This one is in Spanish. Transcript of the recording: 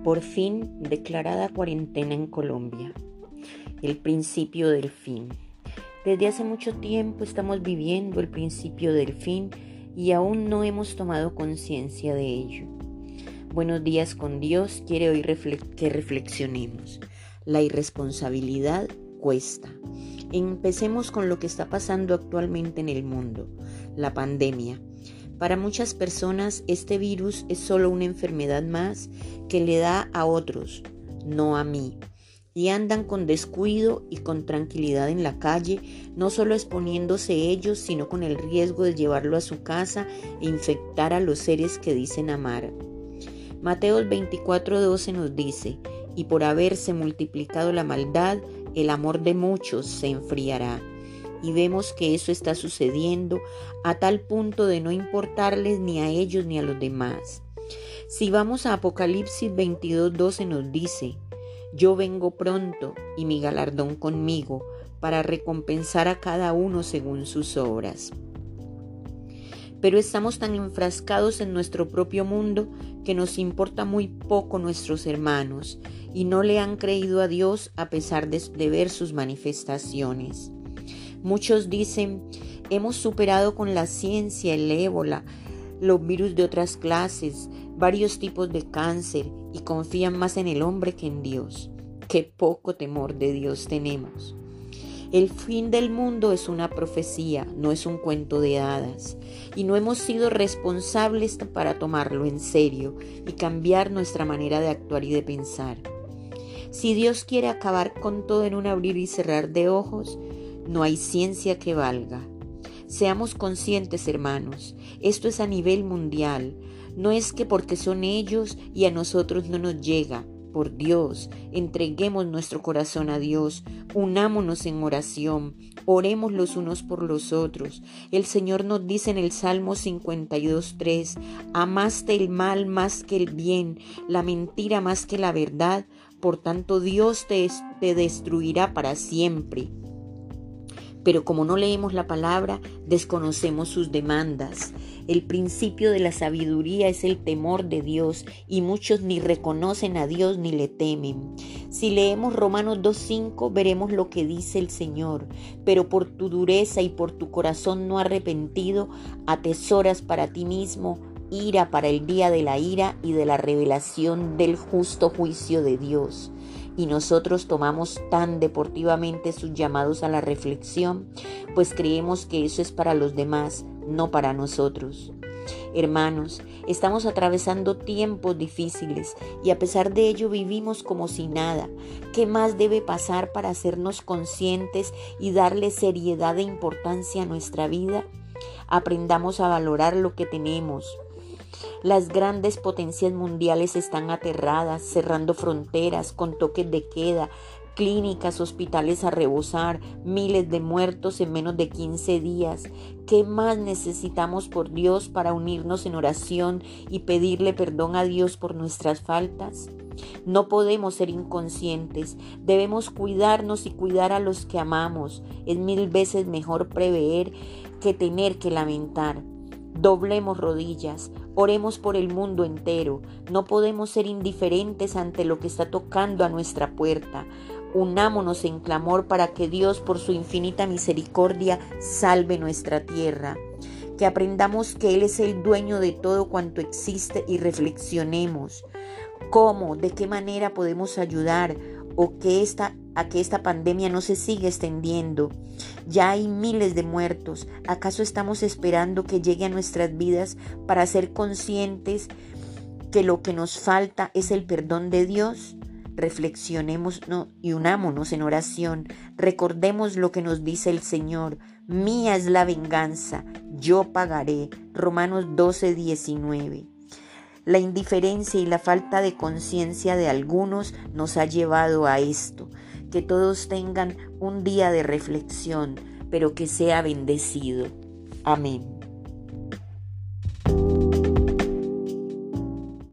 Por fin, declarada cuarentena en Colombia. El principio del fin. Desde hace mucho tiempo estamos viviendo el principio del fin y aún no hemos tomado conciencia de ello. Buenos días con Dios quiere hoy que reflexionemos. La irresponsabilidad cuesta. Empecemos con lo que está pasando actualmente en el mundo, la pandemia. Para muchas personas este virus es solo una enfermedad más que le da a otros, no a mí. Y andan con descuido y con tranquilidad en la calle, no solo exponiéndose ellos, sino con el riesgo de llevarlo a su casa e infectar a los seres que dicen amar. Mateo 24:12 nos dice: y por haberse multiplicado la maldad, el amor de muchos se enfriará. Y vemos que eso está sucediendo a tal punto de no importarles ni a ellos ni a los demás. Si vamos a Apocalipsis 22:12 nos dice: yo vengo pronto y mi galardón conmigo para recompensar a cada uno según sus obras. Pero estamos tan enfrascados en nuestro propio mundo que nos importa muy poco nuestros hermanos y no le han creído a Dios a pesar de ver sus manifestaciones. Muchos dicen: hemos superado con la ciencia el ébola, los virus de otras clases, varios tipos de cáncer y confían más en el hombre que en Dios. Qué poco temor de Dios tenemos. El fin del mundo es una profecía, no es un cuento de hadas, y no hemos sido responsables para tomarlo en serio y cambiar nuestra manera de actuar y de pensar. Si Dios quiere acabar con todo en un abrir y cerrar de ojos, no hay ciencia que valga. Seamos conscientes, hermanos, esto es a nivel mundial. No es que porque son ellos y a nosotros no nos llega. Por Dios, entreguemos nuestro corazón a Dios, unámonos en oración, oremos los unos por los otros. El Señor nos dice en el Salmo 52:3: amaste el mal más que el bien, la mentira más que la verdad, por tanto Dios te destruirá para siempre. Pero como no leemos la palabra, desconocemos sus demandas. El principio de la sabiduría es el temor de Dios y muchos ni reconocen a Dios ni le temen. Si leemos Romanos 2:5 veremos lo que dice el Señor: pero por tu dureza y por tu corazón no arrepentido, atesoras para ti mismo ira para el día de la ira y de la revelación del justo juicio de Dios. Y nosotros tomamos tan deportivamente sus llamados a la reflexión, pues creemos que eso es para los demás, no para nosotros. Hermanos, estamos atravesando tiempos difíciles y a pesar de ello vivimos como si nada. ¿Qué más debe pasar para hacernos conscientes y darle seriedad e importancia a nuestra vida? Aprendamos a valorar lo que tenemos. Las grandes potencias mundiales están aterradas, cerrando fronteras con toques de queda, clínicas, hospitales a rebosar, miles de muertos en menos de 15 días. ¿Qué más necesitamos por Dios para unirnos en oración y pedirle perdón a Dios por nuestras faltas? No podemos ser inconscientes, debemos cuidarnos y cuidar a los que amamos. Es 1000 veces mejor prever que tener que lamentar. Doblemos rodillas, oremos por el mundo entero. No podemos ser indiferentes ante lo que está tocando a nuestra puerta. Unámonos en clamor para que Dios, por su infinita misericordia, salve nuestra tierra. Que aprendamos que Él es el dueño de todo cuanto existe y reflexionemos. ¿Cómo? ¿De qué manera podemos ayudar? ¿O a que esta pandemia no se siga extendiendo? Ya hay miles de muertos. ¿Acaso estamos esperando que llegue a nuestras vidas para ser conscientes que lo que nos falta es el perdón de Dios? Reflexionemos y unámonos en oración. Recordemos lo que nos dice el Señor: mía es la venganza, yo pagaré. Romanos 12:19. La indiferencia y la falta de conciencia de algunos nos ha llevado a esto. Que todos tengan un día de reflexión, pero que sea bendecido. Amén.